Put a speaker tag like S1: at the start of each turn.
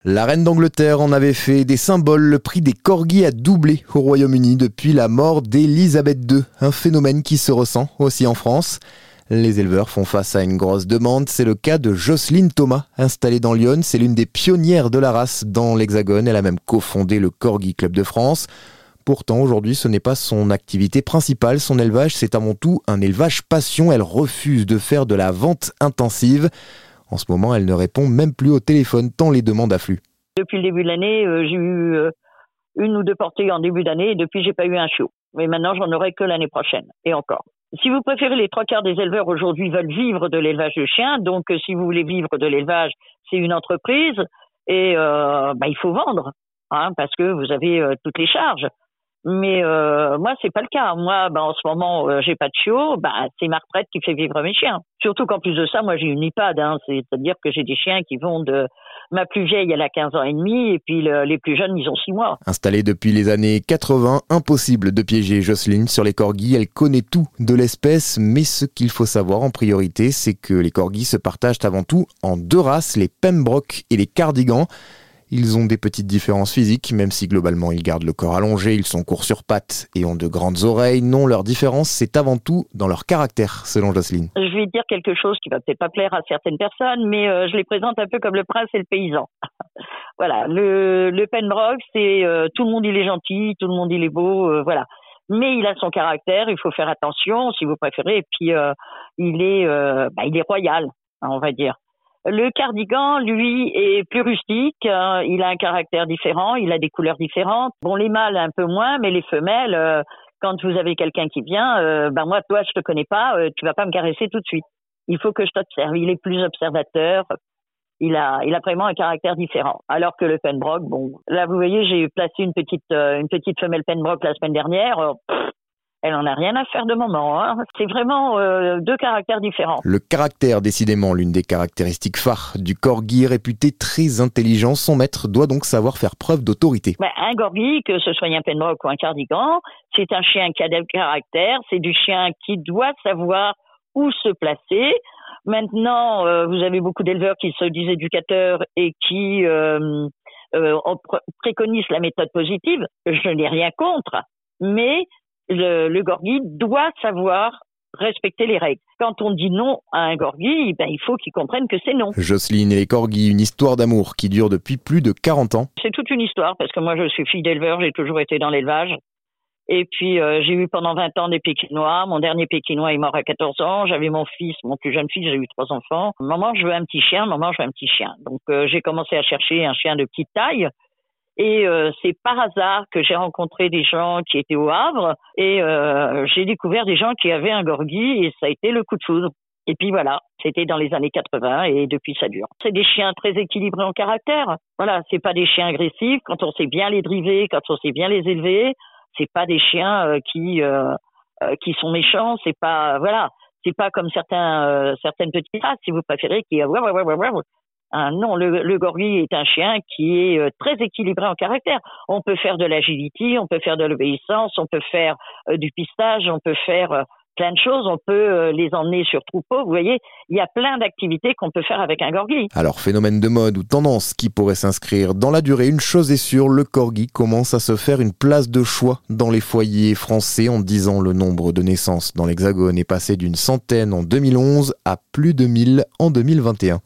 S1: La reine d'Angleterre en avait fait des symboles. Le prix des corgis a doublé au Royaume-Uni depuis la mort d'Élisabeth II, un phénomène qui se ressent aussi en France. Les éleveurs font face à une grosse demande. C'est le cas de Jocelyne Thomas, installée dans Lyon. C'est l'une des pionnières de la race dans l'Hexagone. Elle a même cofondé le Corgi Club de France. Pourtant, aujourd'hui, ce n'est pas son activité principale. Son élevage, c'est avant tout un élevage passion. Elle refuse de faire de la vente intensive. En ce moment, elle ne répond même plus au téléphone tant les demandes affluent.
S2: Depuis le début de l'année, j'ai eu une ou deux portées en début d'année et depuis, j'ai pas eu un chiot. Mais maintenant, j'en aurai que l'année prochaine et encore. Si vous préférez, les 3/4 des éleveurs aujourd'hui veulent vivre de l'élevage de chiens. Donc, si vous voulez vivre de l'élevage, c'est une entreprise et il faut vendre parce que vous avez toutes les charges. Mais moi, c'est pas le cas. Moi, en ce moment, j'ai pas de chiot. C'est ma retraite qui fait vivre mes chiens. Surtout qu'en plus de ça, moi, j'ai une IPAD. C'est-à-dire que j'ai des chiens qui vont de ma plus vieille, elle a 15 ans et demi, et puis les plus jeunes, ils ont 6 mois.
S1: Installée depuis les années 80, impossible de piéger Jocelyne sur les corgis. Elle connaît tout de l'espèce, mais ce qu'il faut savoir en priorité, c'est que les corgis se partagent avant tout en 2 races, les Pembroke et les Cardigans. Ils ont des petites différences physiques, même si globalement ils gardent le corps allongé, ils sont courts sur pattes et ont de grandes oreilles. Non, leur différence, c'est avant tout dans leur caractère, selon Jocelyne.
S2: Je vais dire quelque chose qui va peut-être pas plaire à certaines personnes, mais je les présente un peu comme le prince et le paysan. Voilà, le Pembroke, c'est tout le monde il est gentil, tout le monde il est beau, voilà. Mais il a son caractère, il faut faire attention, si vous préférez, et puis il est royal, on va dire. Le Cardigan, lui, est plus rustique, il a un caractère différent, il a des couleurs différentes. Bon, les mâles un peu moins, mais les femelles, quand vous avez quelqu'un qui vient, moi, toi, je te connais pas, tu vas pas me caresser tout de suite. Il faut que je t'observe. Il est plus observateur. Il a vraiment un caractère différent. Alors que le Pembroke, bon, là, vous voyez, j'ai placé une petite femelle Pembroke la semaine dernière. Elle en a rien à faire de moment. C'est vraiment 2 caractères différents.
S1: Le caractère, décidément, l'une des caractéristiques phares du corgi, réputé très intelligent. Son maître doit donc savoir faire preuve d'autorité.
S2: Un corgi, que ce soit un Pembroke ou un Cardigan, c'est un chien qui a des caractères. C'est du chien qui doit savoir où se placer. Maintenant, vous avez beaucoup d'éleveurs qui se disent éducateurs et qui préconisent la méthode positive. Je n'ai rien contre, mais le corgi doit savoir respecter les règles. Quand on dit non à un corgi, il faut qu'il comprenne que c'est non.
S1: Jocelyne et les corgis, une histoire d'amour qui dure depuis plus de 40 ans.
S2: C'est toute une histoire parce que moi je suis fille d'éleveur, j'ai toujours été dans l'élevage. Et puis j'ai eu pendant 20 ans des pékinois. Mon dernier pékinois est mort à 14 ans. J'avais mon plus jeune fils, j'ai eu 3 enfants. Maman, je veux un petit chien. Maman, je veux un petit chien. Donc j'ai commencé à chercher un chien de petite taille. Et c'est par hasard que j'ai rencontré des gens qui étaient au Havre et j'ai découvert des gens qui avaient un corgi et ça a été le coup de foudre. Et puis voilà, c'était dans les années 80 et depuis ça dure. C'est des chiens très équilibrés en caractère. Voilà, c'est pas des chiens agressifs. Quand on sait bien les driver, quand on sait bien les élever, c'est pas des chiens qui sont méchants. C'est pas c'est pas comme certaines petites races, si vous préférez, qui non, le corgi est un chien qui est très équilibré en caractère. On peut faire de l'agility, on peut faire de l'obéissance, on peut faire du pistage, on peut faire plein de choses. On peut les emmener sur troupeau. Vous voyez, il y a plein d'activités qu'on peut faire avec un corgi.
S1: Alors, phénomène de mode ou tendance qui pourrait s'inscrire dans la durée, une chose est sûre, le corgi commence à se faire une place de choix dans les foyers français. En 10 ans, le nombre de naissances dans l'Hexagone est passé d'une centaine en 2011 à plus de 1000 en 2021.